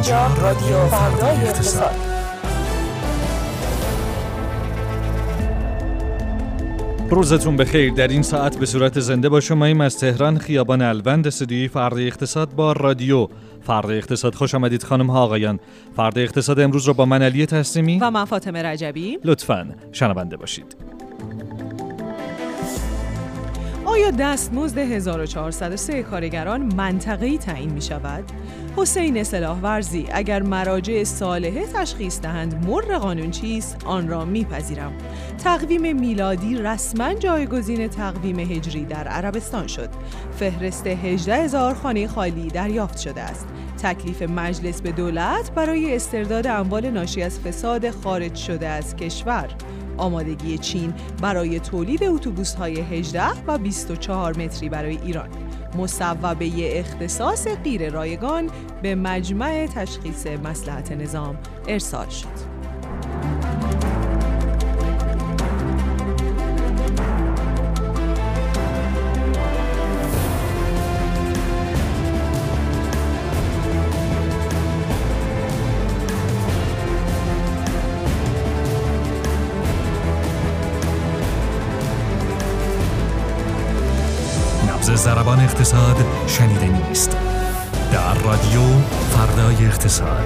اینجا رادیو فردای اقتصاد. روزتون بخیر. در این ساعت به صورت زنده با شماییم از تهران، خیابان الوند، استودیوی فردای اقتصاد با رادیو فردای اقتصاد. خوش آمدید خانم ها آقایان. فردای اقتصاد امروز رو با من علی تسلیمی و من فاطمه رجبی لطفاً شنونده باشید. آیا دستمزد 1403 کارگران منطقه‌ای تعیین می شود؟ حسین سلاحورزی: اگر مراجع صالحه تشخیص دهند مر قانون چیست، آن را میپذیرم. تقویم میلادی رسما جایگزین تقویم هجری در عربستان شد. فهرست 18,000 خانه خالی دریافت شده است. تکلیف مجلس به دولت برای استرداد اموال ناشی از فساد خارج شده از کشور. آمادگی چین برای تولید اتوبوس‌های 18 و 24 متری برای ایران. مصوبه اختصاص غیر رایگان به مجمع تشخیص مصلحت نظام ارسال شد. ضربان اقتصاد شنیده نیست. در رادیو فردای اقتصاد.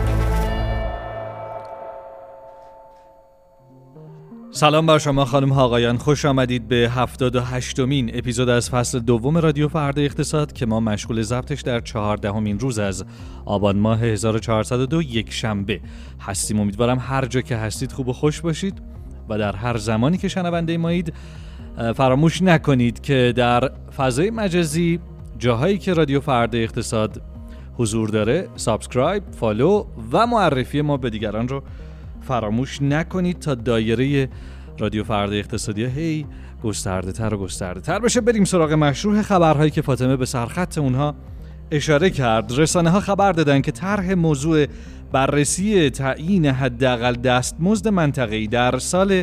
سلام بر شما خانم ها آقایان، خوش آمدید به 78مین اپیزود از فصل دوم رادیو فردای اقتصاد که ما مشغول ضبطش در 14مین روز از آبان ماه 1402 یک شنبه هستیم. امیدوارم هر جا که هستید خوب و خوش باشید و در هر زمانی که شنونده مایید فراموش نکنید که در فضای مجازی جاهایی که رادیو فردای اقتصاد حضور داره سابسکرایب، فالو و معرفی ما به دیگران رو فراموش نکنید تا دایره رادیو فردای اقتصادی هی گسترده تر و گسترده تر بشه. بریم سراغ مشروع خبرهایی که فاطمه به سرخط اونها اشاره کرد. رسانه ها خبر دادن که طرح موضوع بررسی تعیین حداقل دستمزد منطقه‌ای در سال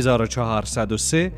1403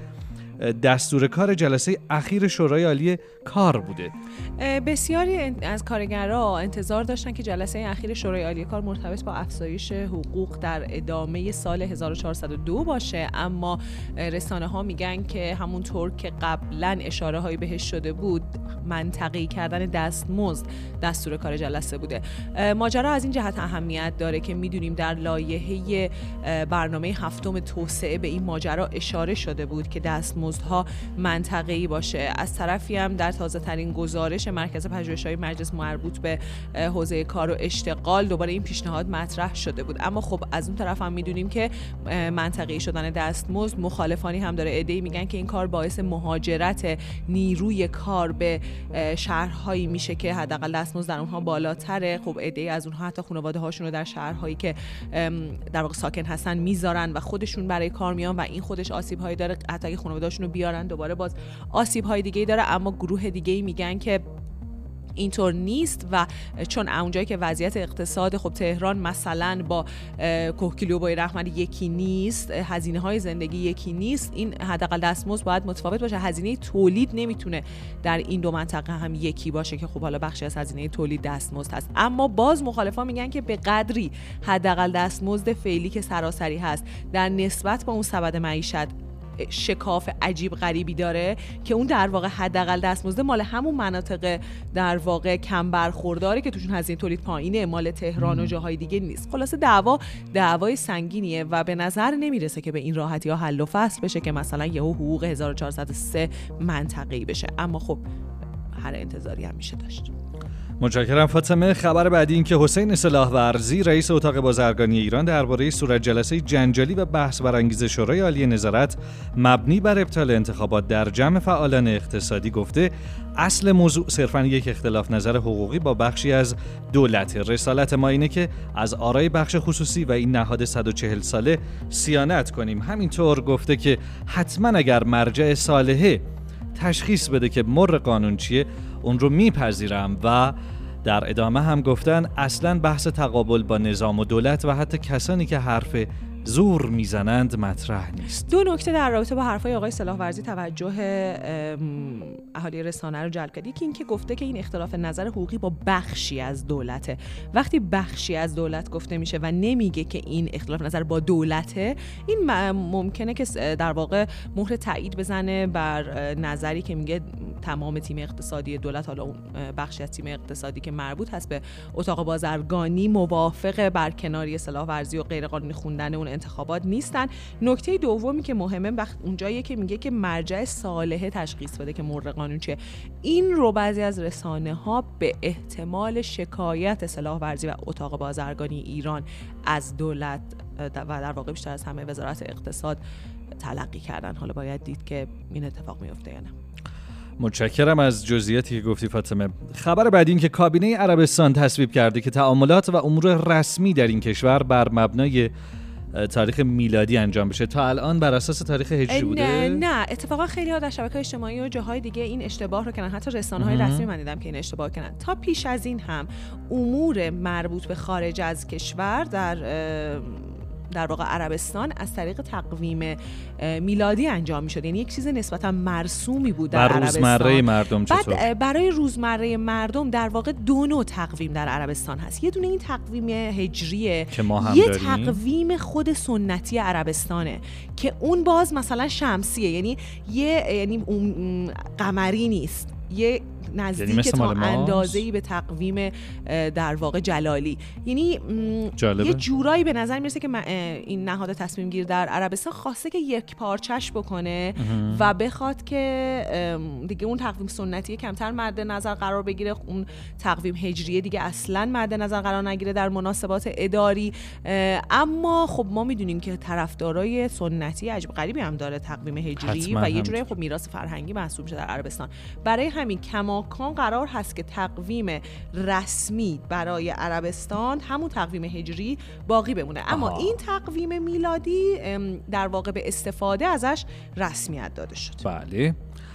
دستور کار جلسه اخیر شورای عالی کار بوده. بسیاری از کارگرها انتظار داشتن که جلسه اخیر شورای عالی کار مرتبط با افزایش حقوق در ادامه سال 1402 باشه، اما رسانه ها میگن که همونطور که قبلا اشاره هایی بهش شده بود منطقه‌ای کردن دستمزد دستور کار جلسه بوده. ماجرا از این جهت اهمیت داره که میدونیم در لایحه برنامه هفتم توسعه به این ماجرا اشاره شده بود که دستمزدها منطقه‌ای باشه. از طرفی هم در تازه ترین گزارش مرکز پژوهش‌های مجلس مربوط به حوزه کار و اشتغال دوباره این پیشنهاد مطرح شده بود. اما خب از اون طرف هم میدونیم که منطقه‌ای شدن دستمزد مخالفانی هم داره. عده‌ای میگن که این کار باعث مهاجرت نیروی کار به شهرهایی میشه که حداقل دستمزد در اونها بالاتره. خب عده‌ای از اونها حتی خانواده‌هاشون رو در شهرهایی که در واقع ساکن هستن میذارن و خودشون برای کار میان و این خودش آسیب‌هایی داره. حتی اگه خانواده‌هاشون رو بیارن دوباره باز آسیب‌های دیگه‌ای داره. اما گروه دیگه‌ای میگن که اینطور نیست و چون اونجایی که وضعیت اقتصاد خب تهران مثلا با کوهگیلو و بویراحمد یکی نیست، هزینه‌های زندگی یکی نیست، این حداقل دستمزد باید متفاوت باشه. هزینه تولید نمیتونه در این دو منطقه هم یکی باشه که خب حالا بخشی از هزینه تولید دستمزد هست. اما باز مخالفان میگن که به قدری حداقل دستمزد فعلی که سراسری هست در نسبت با اون سبد معیشت شکاف عجیب غریبی داره که اون در واقع حداقل دستمزد مال همون مناطق در واقع کم برخورداره که توشون هزینه تولید پایینه، مال تهران و جاهای دیگه نیست. خلاصه دعوای سنگینیه و به نظر نمیرسه که به این راحتی ها حل و فصل بشه که مثلا یهو حقوق 1403 منطقه‌ای بشه. اما خب هر انتظاری هم میشه داشت. متشکرم فاطمه. خبر بعدی این که حسین سلاحورزی رئیس اتاق بازرگانی ایران درباره صورت جلسه جنجالی و بحث برانگیز شورای عالی نظارت مبنی بر ابطال انتخابات در جمع فعالان اقتصادی گفته اصل موضوع صرفاً یک اختلاف نظر حقوقی با بخشی از دولت. رسالت ما اینه که از آرای بخش خصوصی و این نهاد 140 ساله صیانت کنیم. همینطور گفته که حتما اگر مرجع صالحه تشخیص بده که مر قانون چیه اون رو میپذیرم و در ادامه هم گفتن اصلا بحث تقابل با نظام و دولت و حتی کسانی که حرف زور میزنند مطرح نیست. دو نکته در رابطه با حرفای آقای سلاح‌ورزی توجه اهالی رسانه رو جلب کرد. یکی این که گفته که این اختلاف نظر حقوقی با بخشی از دولته. وقتی بخشی از دولت گفته میشه و نمیگه که این اختلاف نظر با دولته، این ممکنه که در واقع مهر تایید بزنه بر نظری که میگه تمام تیم اقتصادی دولت، حالا اون بخشی از تیم اقتصادی که مربوط هست به اتاق بازرگانی، موافق برکناری سلاح‌ورزی و غیر قانونی خوندن اون انتخابات نیستن. نکته دومی که مهمه اونجاییه که میگه که مرجع صالحه تشخیص بده که مورد قانون چیه. این رو بعضی از رسانه‌ها به احتمال شکایت سلاح‌ورزی و اتاق بازرگانی ایران از دولت و در واقع بیشتر از همه وزارت اقتصاد تلقی کردن. حالا باید دید که این اتفاق میفته یا نه. متشکرم از جزئیاتی که گفتی فاطمه. خبر بعدی این که کابینه عربستان تصویب کرده که تعاملات و امور رسمی در این کشور بر مبنای تاریخ میلادی انجام بشه. تا الان بر اساس تاریخ هجری بوده؟ نه، اتفاقا خیلی ها در شبکه‌های اجتماعی و جاهای دیگه این اشتباه رو کردن. حتی رسانه‌های رسمی من دیدم که این اشتباه کردن. تا پیش از این هم امور مربوط به خارج از کشور در واقع عربستان از طریق تقویم میلادی انجام میشد. یعنی یک چیز نسبتا مرسومی بود در عربستان. روزمره مردم چطور؟ بعد برای روزمره مردم در واقع دو نوع تقویم در عربستان هست. یه دونه این تقویم هجریه که ما هم یه داریم. تقویم خود سنتی عربستانه که اون باز مثلا شمسیه، یعنی اون قمری نیست، یه نزدیک تا اندازه‌ای به تقویم در واقع جلالی. یعنی یه جورایی به نظر میرسه که این نهاد تصمیم گیر در عربستان خواسته که یک پارچش بکنه و بخواد که دیگه اون تقویم سنتی کمتر مد نظر قرار بگیره، اون تقویم هجریه دیگه اصلا مد نظر قرار نگیره در مناسبات اداری. اما خب ما میدونیم که طرفدارای سنتی عجب غریبی هم داره تقویم هجری و یه جوری خب میراث فرهنگی محسوب میشه در عربستان. برای همین کماکان قرار هست که تقویم رسمی برای عربستان همون تقویم هجری باقی بمونه. اما این تقویم میلادی در واقع به استفاده ازش رسمیت داده شد. بله.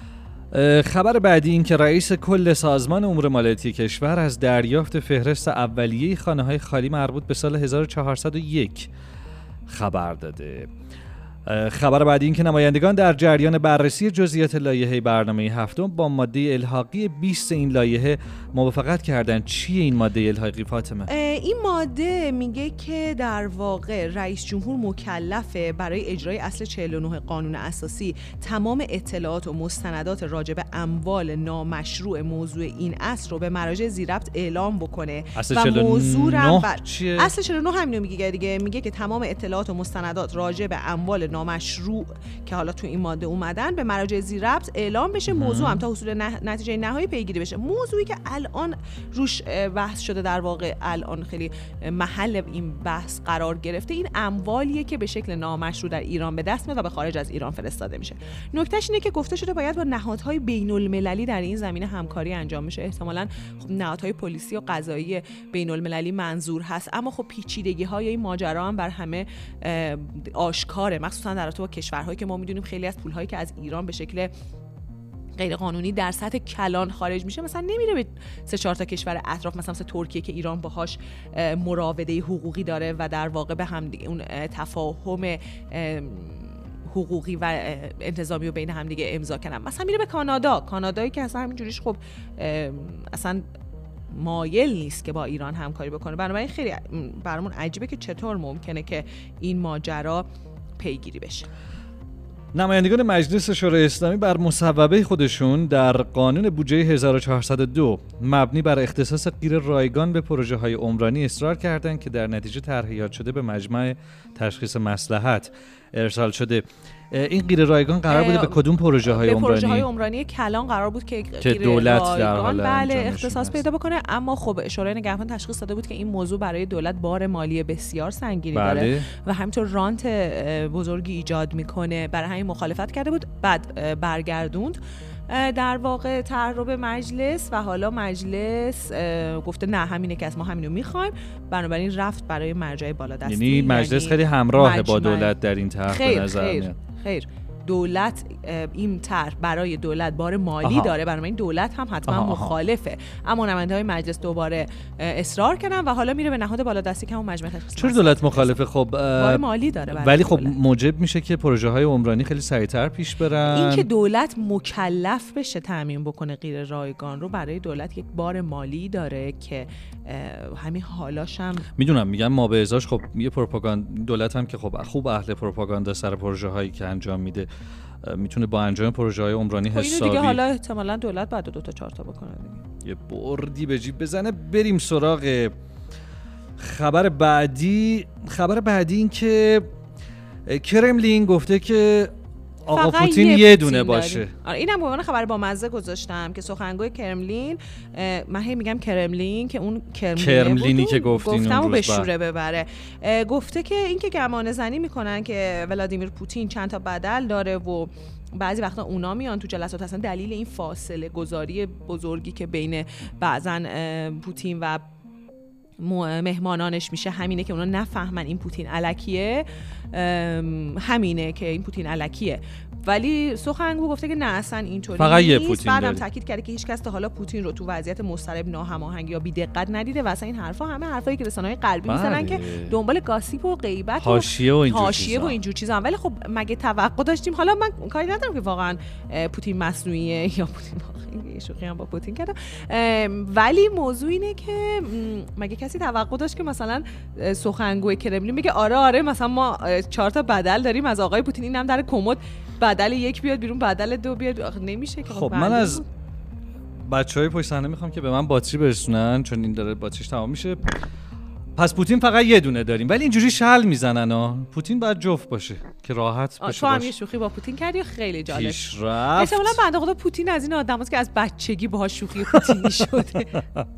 خبر بعدی این که رئیس کل سازمان امور مالیاتی کشور از دریافت فهرست اولیه خانه‌های خالی مربوط به سال 1401 خبر داده. خبر بعدی این که نمایندگان در جریان بررسی جزئیات لایحه برنامه هفتم با ماده الحاقی 20 این لایحه موافقت کردند. چیه این ماده الحاقی فاطمه؟ این ماده میگه که در واقع رئیس جمهور مکلفه برای اجرای اصل 49 قانون اساسی تمام اطلاعات و مستندات راجع به اموال نامشروع موضوع این اصل رو به مراجع ذی‌ربط اعلام بکنه. و موضوع رو اصل 49 همینو میگه دیگه، میگه که تمام اطلاعات و مستندات راجع به اموال نامشروع که حالا تو این ماده اومدن به مراجع ذی‌ربط اعلام بشه. موضوع هم تا حصول نتیجه نهایی پیگیری بشه. موضوعی که الان روش بحث شده، در واقع الان خیلی محل این بحث قرار گرفته، این اموالیه که به شکل نامشروع در ایران به دست میاد و به خارج از ایران فرستاده میشه. نکتهش اینه که گفته شده باید با نهادهای بین‌المللی در این زمینه همکاری انجام میشه. احتمالاً خب نهادهای پلیسی و قضایی بین‌المللی منظور هست، اما خب پیچیدگی‌های این ماجرا هم بر همه آشکاره، مخصوصا در رابطه با کشورهایی که ما میدونیم خیلی از پول‌هایی که از ایران به شکل غیر قانونی در سطح کلان خارج میشه مثلا نمیره به 3-4 تا کشور اطراف، مثلا ترکیه که ایران باهاش مراوده حقوقی داره و در واقع به هم دیگه اون تفاهم حقوقی و انتظامی رو بین هم دیگه امضا کردن. مثلا میره به کانادایی که اصلا همینجوریش خب اصلا مایل نیست که با ایران همکاری بکنه. بنابراین خیلی برامون عجیبه که چطور ممکنه که این ماجرا پیگیری بشه. نمایندگان مجلس شورای اسلامی بر مصوبه خودشون در قانون بودجه 1402 مبنی بر اختصاص غیر رایگان به پروژه های عمرانی اصرار کردند که در نتیجه طرح شده به مجمع تشخیص مصلحت ارسال شده. این غیر رایگان قرار بوده به کدوم پروژه های عمرانی؟ به پروژه های عمرانی کلان قرار بود که دولت در حال اختصاص پیدا بکنه، اما خب شورای نگهبان تشخیص داده بود که این موضوع برای دولت بار مالی بسیار سنگینی داره و همینطور رانت بزرگی ایجاد میکنه. برای همین مخالفت کرده بود، بعد برگردوند در واقع طرح رو به مجلس و حالا مجلس گفته نه همینه که از ما همینو میخوایم، بنابراین رفت برای مرجع بالادستی. یعنی مجلس خیلی همراه با دولت در این طرح به نظر میاد. خیر دولت این طرح برای دولت بار مالی داره، برای این دولت هم حتما مخالفه. اما نماینده‌های مجلس دوباره اصرار کردن و حالا میره به نهاد بالادستی که همون مجمع تشخیص. چرا دولت مخالفه؟ خب بار مالی داره، ولی خب موجب میشه که پروژه‌های عمرانی خیلی سریعتر پیش برن. این که دولت مکلف بشه تامین بکنه غیر رایگان رو، برای دولت یک بار مالی داره که همین حالاش هم میدونم، میگم ما به ازاش خب یه دولت هم که خب خوب اهل پروپاگاندا سر پروژه هایی که انجام میده، میتونه با انجام پروژه های عمرانی حسابی دیگه حالا احتمالاً دولت بعد 2 تا 4 تا بکنه دیگه، یه بردی به جیب بزنه. بریم سراغ خبر بعدی. خبر بعدی این که کرملین گفته که آقا پوتین یه دونه باشه. آره اینم به عنوان خبر با مزه گذاشتم که سخنگوی کرملین، من هی میگم کرملین که اون کرملینی که گفتین اون روز به شوره ببره، گفته که این که گمان زنی میکنن که ولادیمیر پوتین چند تا بدل داره و بعضی وقتا اونا میان تو جلسات، اصلا دلیل این فاصله گذاری بزرگی که بین بعضن پوتین و مهمانانش میشه همینه که اونا نفهمن این پوتین الکیه، همینه که این پوتین الکیه. ولی سخنگو گفته که نه اصلا اینطوری فقط نیست. یه پوتین بعدم تاکید کرده که هیچ کس تا حالا پوتین رو تو وضعیت مضطرب، ناهماهنگ یا بی‌دقت ندیده و اصلا این حرفا همه حرفایی که رسانه‌های غربی میزنن که دنبال گاسیپ و غیبت و حاشیه و اینجور چیزا. ولی خب مگه توقع داشتیم؟ حالا من کاری ندارم که واقعا پوتین مصنوعیه یا پوتین واقعا شوخی هم با پوتین کرده، ولی موضوع اینه که مگه کسی توقع داشت که مثلا سخنگوی کرملین میگه آره مثلا ما 4 تا بدل داریم از آقای پوتین، اینم در کمد بدل 1 بیاد بیرون بدل 2 بیاد، نمیشه که. خب من از بچهای پشت صحنه میخوام که به من باتری برسونن، چون این داره باتریش تمام میشه. پس پوتین فقط یه دونه داریم، ولی اینجوری شل میزنن ها. پوتین باید جفت باشه که راحت بشه. تو هم یه شوخی با پوتین کردی خیلی جالب. پیشرفت. احتمالاً بنده خدا پوتین از این آدماست که از بچگی باهاش شوخی پوتینی شده.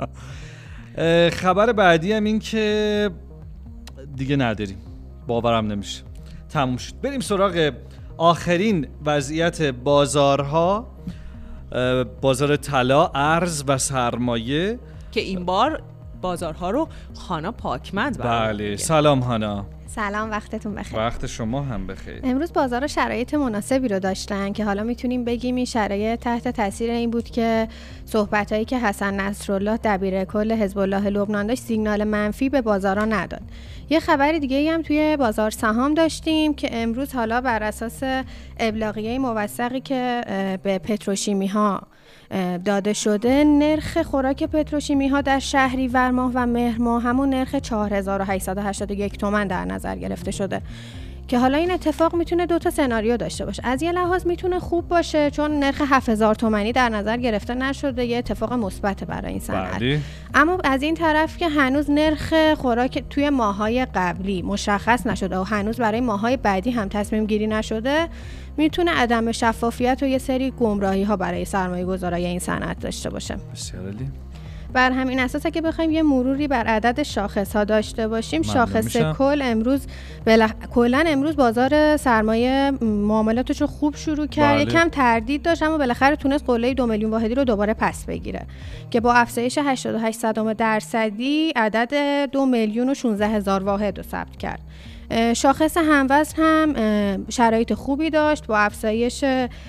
خبر بعدی هم این که دیگه نداریم، باورم نمیشه، تموم شد. بریم سراغ آخرین وضعیت بازارها، بازار طلا، ارز و سرمایه که این بار بازارها رو خانا پاکمند بله. سلام هانا. سلام، وقتتون بخیر. وقت شما هم بخیر. امروز بازار شرایط مناسبی رو داشتن که حالا میتونیم بگیم این شرایط تحت تاثیر این بود که صحبتایی که حسن نصرالله دبیر کل حزب الله لبنان داشت سیگنال منفی به بازارها نداد. یه خبر دیگه هم توی بازار سهام داشتیم که امروز حالا بر اساس ابلاغیه موثقی که به پتروشیمی ها داده شده، نرخ خوراک پتروشیمی ها در شهریور ماه و مهر ماه همون نرخ 4881 تومان در نظر گرفته شده که حالا این اتفاق میتونه 2 تا سناریو داشته باشه. از یه لحاظ میتونه خوب باشه چون نرخ 7000 تومانی در نظر گرفته نشده، یه اتفاق مثبت برای این صنعت. اما از این طرف که هنوز نرخ خوراک توی ماه‌های قبلی مشخص نشده و هنوز برای ماه‌های بعدی هم تصمیم گیری نشده، میتونه عدم شفافیت و یه سری گمراهی‌ها برای سرمایه‌گذارای این صنعت داشته باشه. بسیار عالی. بر همین اساس که بخوایم یه مروری بر عدد شاخص‌ها داشته باشیم، شاخص کل امروز کلاً امروز بازار سرمایه معاملاتش رو خوب شروع کرد. یکم تردید داشت اما بالاخره تونست قله 2 میلیون واحدی رو دوباره پس بگیره که با افزایش 88% عدد 2 میلیون و 16 هزار واحد رو ثبت کرد. شاخص هموزن هم شرایط خوبی داشت با افزایش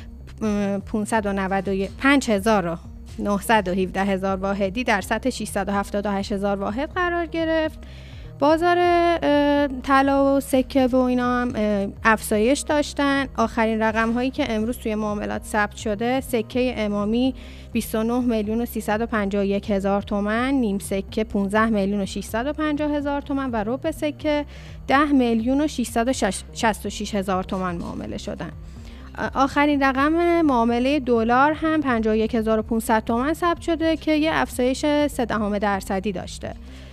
595,917 هزار واحدی در سطح 678 هزار واحد قرار گرفت. بازار طلا و سکه و اینا هم افزایش داشتن. آخرین رقم هایی که امروز توی معاملات ثبت شده، سکه امامی 29 میلیون و 351 هزار تومان، نیم سکه 15 میلیون و 650 هزار تومان و ربع سکه 10 میلیون و 666 هزار تومان معامله شدن. آخرین رقم معامله دلار هم 51,500 تومان ثبت شده که یه افزایش 0.3% داشته.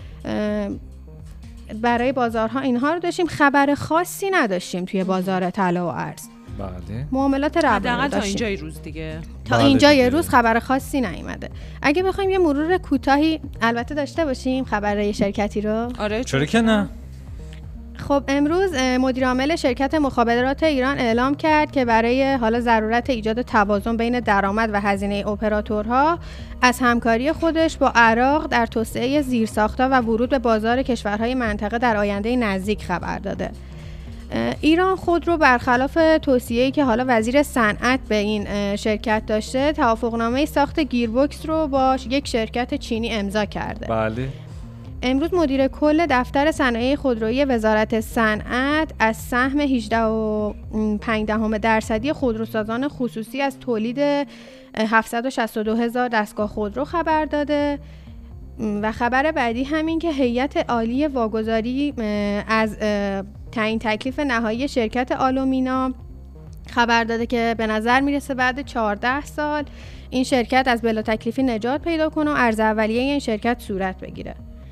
برای بازارها اینها رو داشتیم. خبر خاصی نداشتیم توی بازار طلا و ارز. بله. معاملات روانی تا اینجای روز دیگه. تا اینجای روز خبر خاصی نیومده. اگه بخوایم یه مرور کوتاهی البته داشته باشیم خبر شرکتی رو. آره چرا که نه؟ خب امروز مدیر عامل شرکت مخابرات ایران اعلام کرد که برای حالا ضرورت ایجاد توازن بین درآمد و هزینه اپراتورها از همکاری خودش با عراق در توسعه زیرساخت‌ها و ورود به بازار کشورهای منطقه در آینده نزدیک خبر داده. ایران خودرو برخلاف توصیه‌ای که حالا وزیر صنعت به این شرکت داشته، توافقنامه ساخت گیربکس رو با یک شرکت چینی امضا کرده. بله. امروز مدیر کل دفتر صنایع خودرویی وزارت صنعت از سهم 18.5% خودروسازان خصوصی از تولید 762,000 دستگاه خودرو خبر داده و خبر بعدی همین که هیئت عالی واگذاری از تعیین تکلیف نهایی شرکت آلومینا خبر داده که به نظر میرسه بعد 14 سال این شرکت از بلا تکلیفی نجات پیدا کنه و ارز اولیه این شرکت صورت بگیره.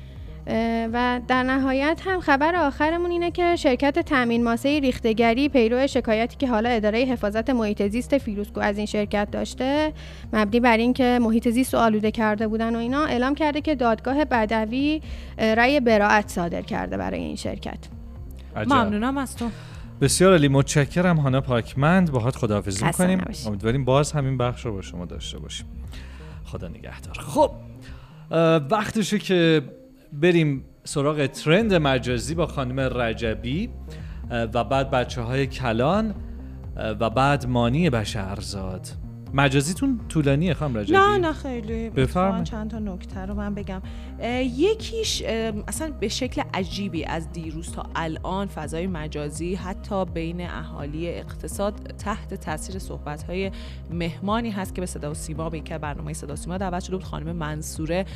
و در نهایت هم خبر آخرمون اینه که شرکت تامین ماسه ریختگری پیرو شکایتی که حالا اداره حفاظت محیط زیست فیروزکوه از این شرکت داشته، مبنی بر این که محیط زیست رو آلوده کرده بودن و اینا، اعلام کرده که دادگاه بدوی رأی براءت صادر کرده برای این شرکت. ممنونم از تو. بسیار عالی، متشکرم هانا پاکمند. باهات خداحافظی می‌کنیم. امیدواریم باز همین بخش رو با شما داشته باشیم. خدا نگهدار. خب وقتشه که بریم سراغ ترند مجازی با خانم رجبی و بعد بچه‌های کلان و بعد مانی بشرزاد. مجازیتون طولانیه خانم رجبی؟ نه خیلی. بفرمایید. چند تا نکته رو من بگم. یکیش اصلا به شکل عجیبی از دیروز تا الان فضای مجازی حتی بین اهالی اقتصاد تحت تاثیر صحبت‌های مهمانی هست که به صدا و سیما به یک برنامه صدا و سیما دعوت شده بود، خانم منصوره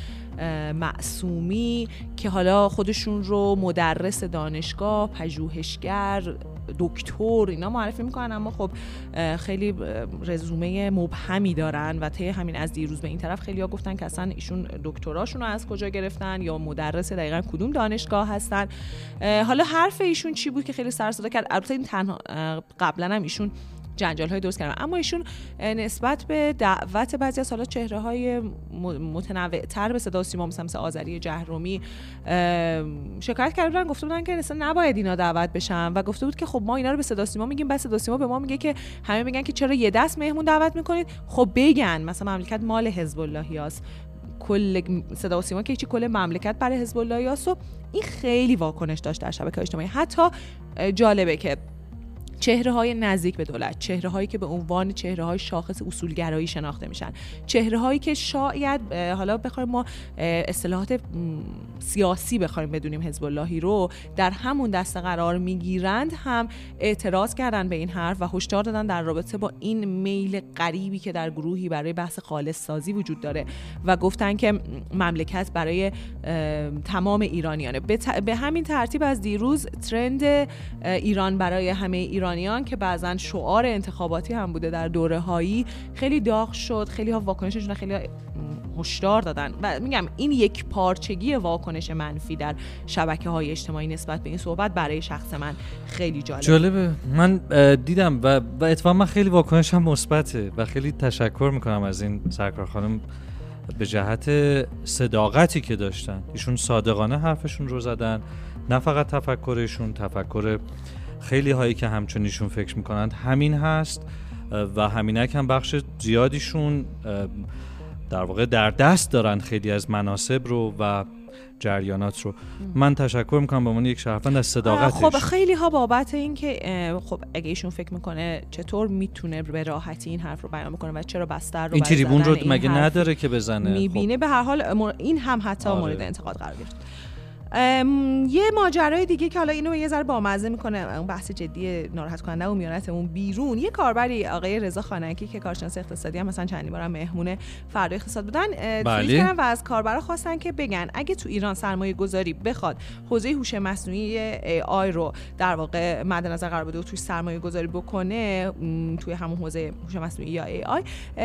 معصومی که حالا خودشون رو مدرس دانشگاه، پژوهشگر، دکتر اینا معرفی میکنن، اما خب خیلی رزومه مبهمی دارن و طی همین از دیروز به این طرف خیلی‌ها گفتن که اصلا ایشون دکتراشون رو از کجا گرفتن یا مدرس دقیقاً کدوم دانشگاه هستن. حالا حرف ایشون چی بود که خیلی سر صدا کرد؟ البته این تنها قبلا هم ایشون جنجال‌های درست کردن، اما ایشون نسبت به دعوت بعضی از حالا چهره‌های متنوع‌تر به صدا و سیما مثل آذری جهرومی شکایت کردن، گفته بودن که اصلا نباید اینا دعوت بشن و گفته بود که خب ما اینا رو به صدا و سیما میگیم، بعد صدا و سیما به ما میگه که همه میگن که چرا یه دست مهمون دعوت میکنید؟ خب بگن مثلا مملکت مال حزب اللهیاست، کل صدا و سیما که چی کل مملکت برای حزب اللهیاست. و این خیلی واکنش داشت در شبکه‌های اجتماعی. حتی جالبه که چهره‌های نزدیک به دولت، چهره‌هایی که به عنوان چهره‌های شاخص اصولگرایی شناخته میشن، چهره‌هایی که شاید حالا بخوایم ما اصطلاحات سیاسی بخوایم بدونیم حزب اللهی رو در همون دسته قرار میگیرند، هم اعتراض کردن به این حرف و هشدار دادن در رابطه با این میل غریبی که در گروهی برای بحث خالص سازی وجود داره و گفتن که مملکت برای تمام ایرانیانه. به همین ترتیب از دیروز ترند ایران برای همه ایرانیان که بعضن شعار انتخاباتی هم بوده در دوره‌هایی خیلی داغ شد، خیلی ها واکنششون خیلی هشدار دادن و میگم این یک پارچگی واکنش منفی در شبکه‌های اجتماعی نسبت به این صحبت برای شخص من خیلی جالبه. من دیدم و اتفاقا من خیلی واکنشم مثبته و خیلی تشکر میکنم از این سرکار خانم به جهت صداقتی که داشتن. ایشون صادقانه حرفشون رو زدن، نه فقط تفکرشون، تفکر خیلی هایی که همچنینشون فکر میکنند همین هست و همینک هم بخش زیادیشون در واقع در دست دارن خیلی از مناصب رو و جریانات رو. من تشکر میکنم به عنوان یک شهروند از صداقتش. خب خیلی ها بابت این که خب اگه ایشون فکر میکنه چطور میتونه به راحتی این حرف رو بیان بکنه و چرا بستر رو این تریبون رو مگه نداره که بزنه؟ میبینه به هر حال این هم حتی مورد انتقاد قرار گرفت. یه ماجرای دیگه که حالا اینو یه ذره بامزه میکنه، اون بحث جدی ناراحت کننده و میانتمون بیرون، یه کاربری آقای رضا خانکی که کارشناس اقتصادی هم مثلا چندی بارم مهمون فردا اقتصاد بودن توییت کردن و از کاربرا خواستن که بگن اگه تو ایران سرمایه گذاری بخواد حوزه هوش مصنوعی AI رو در واقع مد نظر قرار بده و توی سرمایه گذاری بکنه توی همون حوزه هوش مصنوعی یا AI،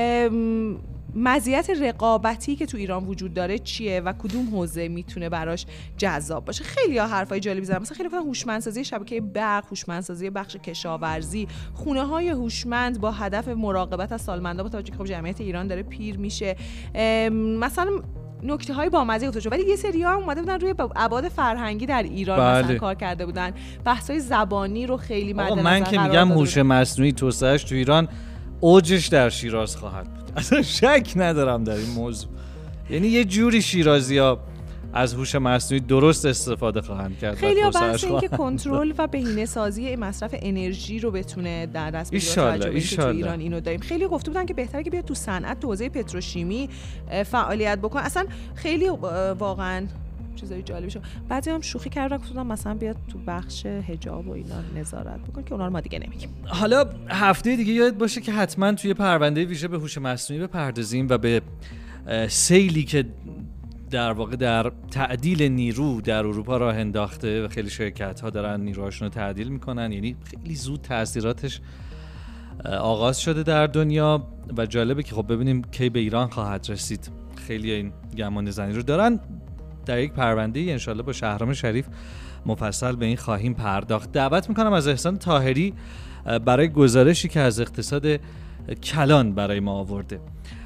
مزیت رقابتی که تو ایران وجود داره چیه و کدوم حوزه میتونه براش جذاب باشه. خیلی ها حرفای جالبی زدن، مثلا خیلی گفتن هوشمندسازی شبکه برق، هوشمندسازی بخش کشاورزی، خونه‌های هوشمند با هدف مراقبت از سالمندا با توجه که خب جمعیت ایران داره پیر میشه. مثلا نکته‌های بامزه گفته شد، ولی یه سری‌ها اومده بودن روی ابعاد فرهنگی در ایران مثلا کار کرده بودن، بحث‌های زبانی رو خیلی مد نظر من که میگم هوش مصنوعی توسعه‌اش تو ایران اوجش در شیراز خواهد بود، اصلا شک ندارم در این موضوع. یعنی یه جوری شیرازی‌ها از هوش مصنوعی درست استفاده خواهند کرد. خیلی بحث این که کنترل و بهینه‌سازی مصرف انرژی رو بتونه در دست بگیره. تو ایران اینو داریم. خیلی گفته بودن که بهتره که بیاد تو صنعت، تو حوزه پتروشیمی فعالیت بکنه. اصلا خیلی واقعا چیزای جالبی شد. بعضی هم شوخی کردن گفتن مثلا بیاد تو بخش حجاب و اینا نظارت بکنه که اونا رو ما دیگه نمیگیم. حالا هفته دیگه یاد باشه که حتما توی پرونده ویژه به هوش مصنوعی بپردازیم و به سیلی که در واقع در تعدیل نیرو در اروپا راه انداخته و خیلی شرکت‌ها دارن نیروهاشون رو تعدیل میکنن، یعنی خیلی زود تاثیراتش آغاز شده در دنیا و جالبه که خب ببینیم کی به ایران خواهد رسید. خیلی این گمان زنی رو دارن. در یک پرونده‌ای انشالله با شهرام شریف مفصل به این خواهیم پرداخت. دعوت میکنم از احسان طاهری برای گزارشی که از اقتصاد کلان برای ما آورده.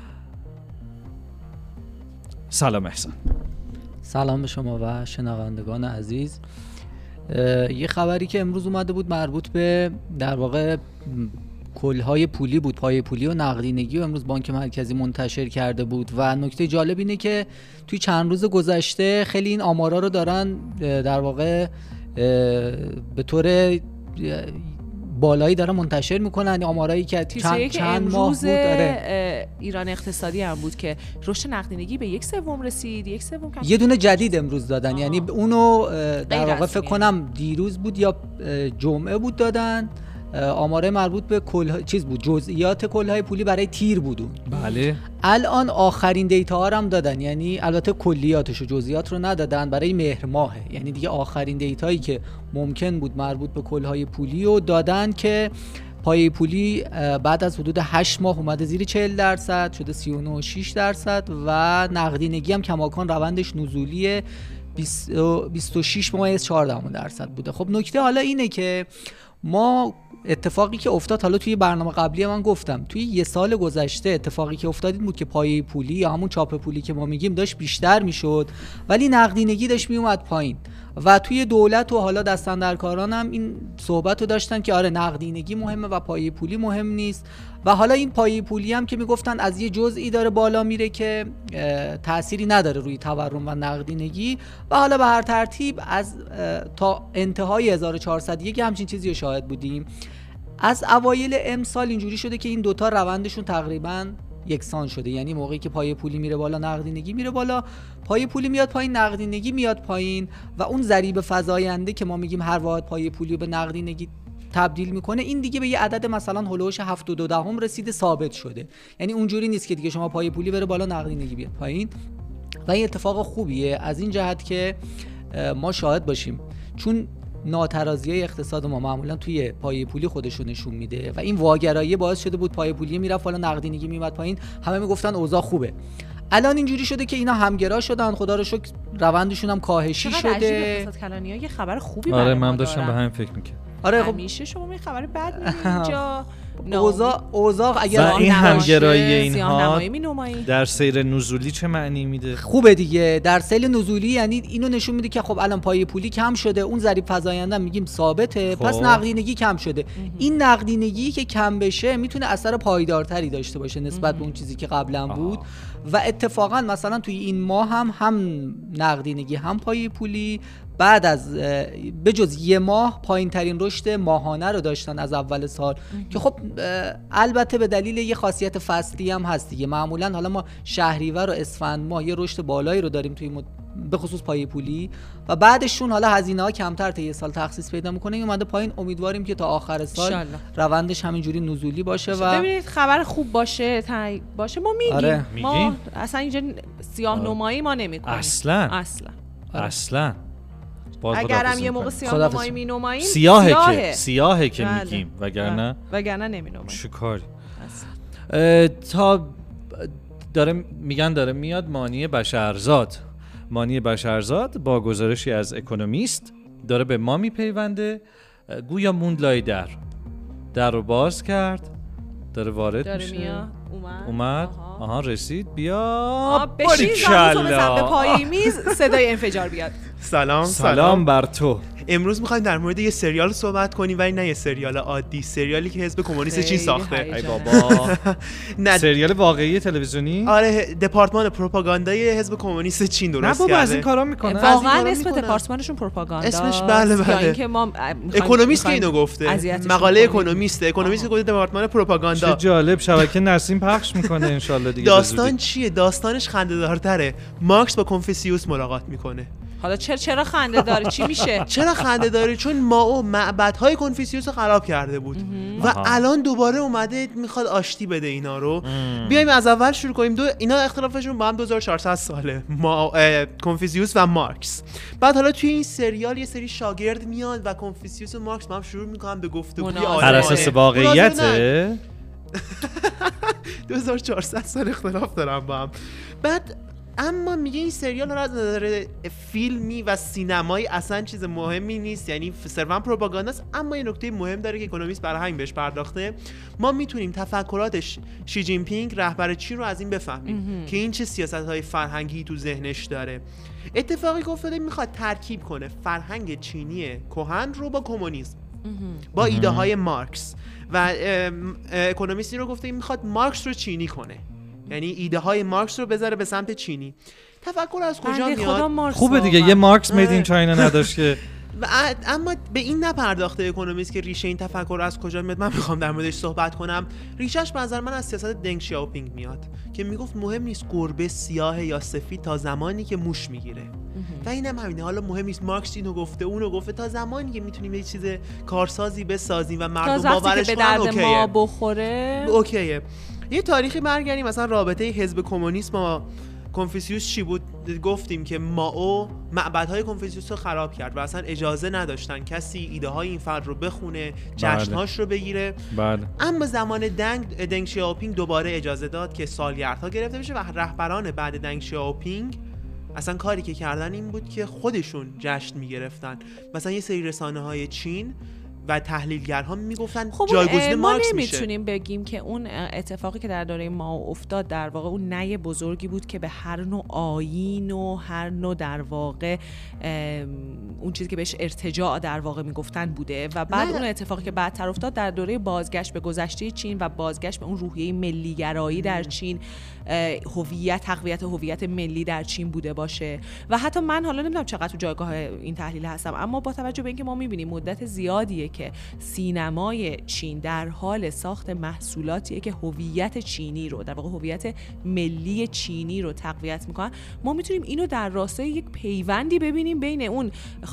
سلام احسان. سلام به شما و شنوندگان عزیز. یه خبری که امروز اومده بود مربوط به در واقع کلهای پولی بود، پای پولی و نقدینگی و امروز بانک مرکزی منتشر کرده بود و نکته جالب اینه که توی چند روز گذشته خیلی این آمارا رو دارن در واقع به طور بالایی دارن منتشر میکنن. آمارایی که چند ماه بود ایران اقتصادی هم بود که رشد نقدینگی به 1/3 رسید. 1/3 یه دونه جدید امروز دادن. یعنی اونو در واقع فکر کنم دیروز بود یا جمعه بود دادن. آماره مربوط به جزئیات کلهای پولی برای تیر بود. بله. الان آخرین دیتا ها هم دادن، یعنی البته کلیاتش و جزئیات رو ندادن برای مهر ماهه، یعنی دیگه آخرین دیتایی که ممکن بود مربوط به کلهای پولی رو دادن که پایه پولی بعد از حدود 8 ماه اومده زیر 40% شده 39.6% و نقدینگی هم کماکان روندش نزولیه 26.4% بوده. خب نکته حالا اینه که ما اتفاقی که افتاد، حالا توی برنامه قبلی من گفتم توی یه سال گذشته اتفاقی که افتاد این بود که پایه پولی یا همون چاپ پولی که ما میگیم داشت بیشتر میشد ولی نقدینگی داشت میومد پایین و توی دولت و حالا دستاندرکاران هم این صحبت رو داشتن که آره نقدینگی مهمه و پایه پولی مهم نیست. و حالا این پایه پولی هم که میگفتن از یه جزئی داره بالا میره که تأثیری نداره روی تورم و نقدینگی و حالا به هر ترتیب از تا انتهای 1401 همچین چیزی رو شاهد بودیم. از اوایل امسال اینجوری شده که این دوتا روندشون تقریباً یکسان شده، یعنی موقعی که پایه پولی میره بالا نقدینگی میره بالا، پایه پولی میاد پایین نقدینگی میاد پایین و اون ضریب فزاینده که ما میگیم هر واحد پایه پولی رو به نقدینگی تبدیل میکنه این دیگه به یه عدد مثلا هولوش 7.2 رسیده ثابت شده. یعنی اونجوری نیست که دیگه شما پایه پولی بره بالا نقدینگی بیاد پایین و این اتفاق خوبیه از این جهت که ما شاهد باشیم، چون ناترازیای اقتصاد ما معمولا توی پایه پولی خودشو نشون میده و این واگرایی باعث شده بود پایه پولی میرفت بالا نقدینگی میومد پایین، همه میگفتن اوضاع خوبه. الان اینجوری شده که اینا همگرا شدن، خدا رو شکر روندشون هم کاهشی شده. اقتصاد کلانی‌ها یه خبر خوبی برای ما من داشتم به همین فکر می‌کردم. آره خب همیشه شما می خبر بد می‌بینید اینجا. اوضاع اگر این همگرایی اینها در سیر نزولی چه معنی میده؟ خوبه دیگه. در سیر نزولی یعنی اینو نشون میده که خب الان پایه پولی کم شده، اون ضریب فزاینده میگیم ثابته، پس نقدینگی کم شده. این نقدینگی که کم بشه میتونه اثر پایدارتری داشته باشه نسبت به اون چیزی که قبلا بود و اتفاقا مثلا توی این ماه هم نقدینگی هم پایه پولی بعد از بجز یه ماه پایین ترین رشد ماهانه رو داشتن از اول سال که خب البته به دلیل یه خاصیت فصلی هم هست دیگه. معمولا حالا ما شهریور و اسفند ماه یه رشد بالایی رو داریم توی به خصوص پایه پولی و بعدشون حالا هزینه‌ها کمتر تا یه سال تخصیص پیدا میکنه. این اومده پایین، امیدواریم که تا آخر سال روندش همینجوری نزولی باشه و ببینید خبر خوب باشه باشه ما میگیم. آره. ما اصلا اینجا سیاه نمایی ما نمی‌کنیم اصلا. اگرم یه موقع سیاه نمایی مینماییم سیاهه که میگیم وگرنه نمینماییم. چه کاری تا داره میاد مانی بشرزاد با گزارشی از اکونومیست داره به ما میپیونده، گویا موند لای در رو باز کرد، داره وارد میشه، اومد رسید، بیا بشین زانو به پای میز صدای انفجار بیاد. سلام بر تو. امروز می‌خوایم در مورد یه سریال صحبت کنیم، ولی نه یه سریال عادی، سریالی که حزب کمونیست چین ساخته. ای بابا. سریال واقعی تلویزیونی؟ آره، دپارتمان پروپاگاندای حزب کمونیست چین درست کرده. نه از این کارا میکنه. واقعا اسم دپارتمانشون پروپاگاندا اسمش بله. اینکه ما اکونومیست که اینو گفته، مقاله اکونومیسته که گفته دپارتمان پروپاگاندا. چه جالب، شبکه نسیم پخش میکنه ان شاءالله دیگه. داستان چیه؟ داستانش خنده‌دارتره. مارکس با کنفوسیوس ملاقات میکنه. حالا چرا خنده داره؟ چی میشه؟ چرا خنده داره؟ چون مائو معبدهای کنفوسیوس رو خراب کرده بود و الان دوباره اومده میخواد آشتی بده اینا رو. بیایم از اول شروع کنیم. اینا اختلافشون با هم 2400 ساله، کنفوسیوس و مارکس. بعد حالا توی این سریال یه سری شاگرد میاد و کنفوسیوس و مارکس با هم شروع میکنن به گفتگوی بر اساس واقعیته. 2400 سال اختلاف دارن با هم. بعد اما میگه این سریال از نظر فیلمی و سینمایی اصلا چیز مهمی نیست، یعنی صرفا پروپاگانداست. اما یه نکته مهم داره که اکونومیست برای همین بهش پرداخته. ما میتونیم تفکرات شی جین پینگ رهبر چین رو از این بفهمیم که این چه سیاست‌های فرهنگی تو ذهنش داره. اتفاقی که افتاده میخواد ترکیب کنه فرهنگ چینی کهن رو با کمونیسم، با ایده های مارکس و اکونومیستی رو گفته میخواد مارکس رو چینی کنه، یعنی ایده های مارکس رو بذاره به سمت چینی. تفکر از کجا میاد؟ خوبه دیگه، یه مارکس مید این چاینا نداشت که اما به این نپرداخته اکونومیست که ریشه این تفکر از کجا میاد. من میخوام در موردش صحبت کنم. ریشهش به نظر من از سیاست دنگ شیاوپینگ میاد که میگفت مهم نیست گربه سیاه یا سفید تا زمانی که موش میگیره و اینم همینه. حالا مهم نیست مارکس اینو گفته اونو گفته، تا زمانی که میتونیم یه چیز کارسازی بسازیم و مردم باورش کنن اوکیه، ما بخوره اوکیه. یه تاریخی برگردیم، مثلا رابطه حزب کمونیسم با کنفوسیوس چی بود؟ گفتیم که مائو معبدهای کنفوسیوس رو خراب کرد و اصلا اجازه نداشتن کسی ایده های این فرد رو بخونه، جشنهاش رو بگیره. اما زمان دنگ شیاوپینگ دوباره اجازه داد که سالگردها گرفته بشه و رهبران بعد دنگ شیاوپینگ اصلا کاری که کردن این بود که خودشون جشن میگرفتن. مثلا یه سری رسانه های چین و تحلیلگرها میگفتن جایگزین مارکس میشه. ما نمیتونیم بگیم که اون اتفاقی که در دوره ما افتاد در واقع اون نی بزرگی بود که به هر نوع آیین و هر نوع در واقع اون چیزی که بهش ارتجاع در واقع میگفتن بوده و بعد اون اتفاقی که بعدتر افتاد در دوره بازگشت به گذشته چین و بازگشت به اون روحیه ملیگرایی در چین، تقویت هویت ملی در چین بوده باشه. و حتی من حالا نمیدونم چقدر تو جایگاه این تحلیل هستم، اما با توجه به اینکه ما میبینیم مدت زیادیه که سینمای چین در حال ساخت محصولاتیه که هویت چینی رو، در واقع هویت ملی چینی رو تقویت میکنن، ما میتونیم اینو در راستای یک پیوندی ببینیم بین اون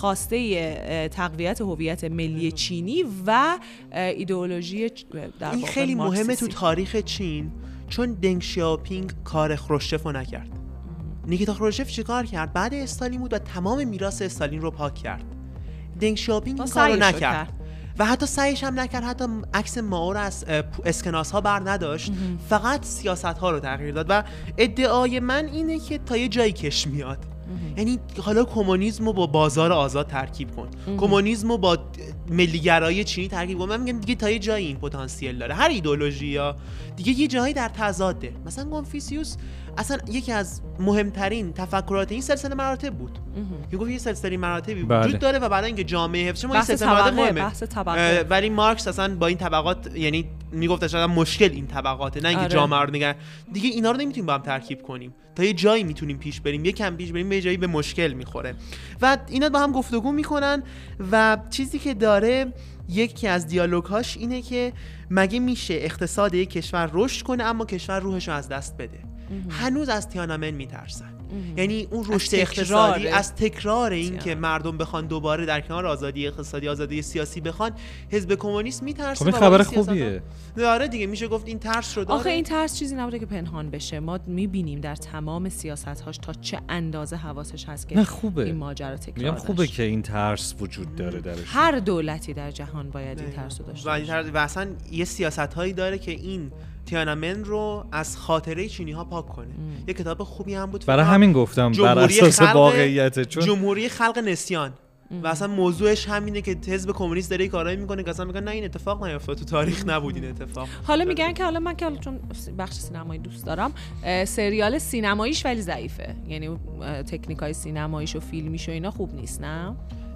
خواسته تقویت هویت ملی چینی و ایدئولوژی در این واقع خیلی مارکسیستی. مهمه تو تاریخ چین، چون دنگ شیاوپینگ کار خروشچف رو نکرد. نیکیتا خروشچف چیکار کرد؟ بعد استالین بود و تمام میراث استالین رو پاک کرد. دنگ شیاوپینگ این کارو نکرد و حتی سعیش هم نکرد، حتی عکس مائو رو از اسکناس ها بر نداشت، فقط سیاست ها رو تغییر داد. و ادعای من اینه که تا یه جایی کش میاد، یعنی حالا کمونیسم رو با بازار آزاد ترکیب کن، کمونیسم رو با ملیگرایی چینی ترکیب کن. من میگم دیگه تا یه جایی این پتانسیل داره. هر ایدئولوژی یا دیگه یه جایی در تضاده. مثلا کنفوسیوس اصلا یکی از مهمترین تفکرات این سلسله مراتب بود که گفت یه سلسله مراتبی وجود داره و برای اینکه جامعه حفظ شه ما این سلسله مراتب مهمه. ولی مارکس اصلا با این طبقات، یعنی میگفت شاید مشکل این طبقاته، نه اینکه جامعه رو نگه دیگه اینا رو نمیتونیم با هم ترکیب کنیم. تا یه جایی میتونیم پیش بریم، یکم پیش بریم، به جایی به مشکل میخوره و اینا با هم گفتگو میکنن. و چیزی که داره یکی از دیالوگ‌هاش اینه که مگه میشه اقتصاد یک کشور رشد کنه اما کشور روحش رو از دست بده؟ هنوز از تیانامن میترسن. یعنی اون رشد اقتصادی از تکرار این که مردم بخوان دوباره در کنار آزادی اقتصادی، آزادی سیاسی بخوان، حزب کمونیست میترسه. خب خبر خوبیه. آره دیگه، میشه گفت این ترس رو داره. آخه این ترس چیزی نبوده که پنهان بشه. ما میبینیم در تمام سیاست‌هاش تا چه اندازه حواسش هست که این ماجرا تکرار نشه. خوبه که این ترس وجود داره درش. هر دولتی در جهان باید این ترس رو داشته باشه. و اصلا یه سیاست‌هایی داره که این تیانامن رو از خاطره چینی‌ها پاک کنه. یه کتاب خوبی هم بود، برای همین گفتم بر اساس واقعیته، چون جمهوری خلق نسیان و اصلا موضوعش همینه که حزب کمونیست داره کارایی میکنه که اصلا میگن نه این اتفاق نیفتاد، تو تاریخ نبود این اتفاق. حالا میگن که حالا من که چون بخش سینمایی دوست دارم، سریال سینماییش ولی ضعیفه، یعنی تکنیکای سینماییش و فیلمیش و اینا خوب نیست. نه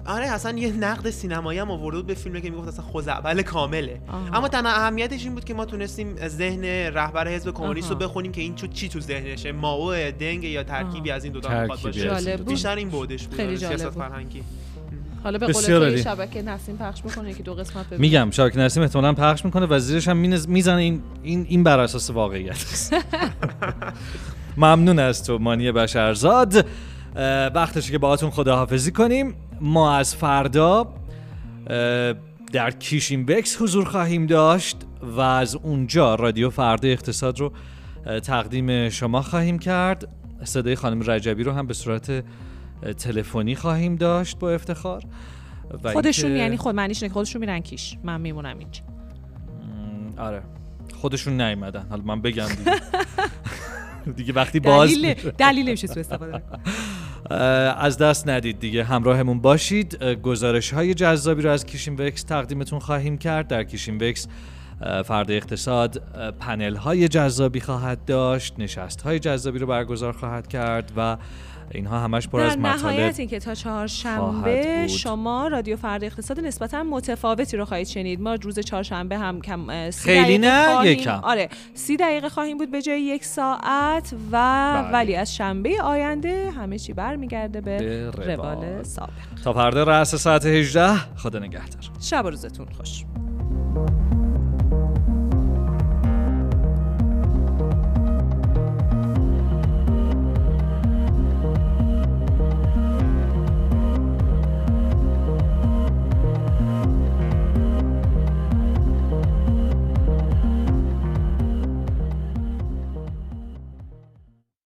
آره اصلا یه نقد سینمایی هم آورده بود به فیلمی که میگفت اصلا خزعبل کامله. اما تنها اهمیتش این بود که ما تونستیم ذهن رهبر حزب کمونیست رو بخونیم که این چی تو ذهنشه، مائو، دنگ یا ترکیبی از این دو تا میخواد باشه. بیشتر این بودش بود. خیلی سیاست جالب فرهنگی. حالا به قول تو شبکه نسیم پخش میکنه که 2 قسمت ببینیم. میگم شبکه نسیم احتمالاً پخش میکنه و زیرش هم میزنه این بر اساس واقعیت است. ممنون از تو مانی بشرزاد. وقتشه که باهاتون خداحافظی کنیم. ما از فردا در کیشین وکس حضور خواهیم داشت و از اونجا رادیو فردا اقتصاد رو تقدیم شما خواهیم کرد. صدای خانم رجبی رو هم به صورت تلفنی خواهیم داشت با افتخار. خودشون یعنی معنیش اینه خودشون میرن کیش، من میمونم اینجا. آره خودشون نیومدن، حالا من بگم دیگه وقتی باز دلیل نمیشه سوء استفاده از دست ندید دیگه. همراهمون باشید. گزارش‌های جذابی رو از کیشین وکس تقدیمتون خواهیم کرد. در کیشین وکس فردا اقتصاد پنل‌های جذابی خواهد داشت، نشست‌های جذابی رو برگزار خواهد کرد و اینها همش پر از مطالب. در نهایت این که تا 4شنبه شما رادیو فردا اقتصاد نسبتا متفاوتی رو خواهید شنید. ما روز 4شنبه هم کم خیلی نه یکم 30 دقیقه خواهیم بود به جای 1 ساعت و ولی از شنبه آینده همه چی برمیگرده به روال سابق. تا فردا رأس ساعت 18. خدا نگهدار. شب و روزتون خوش.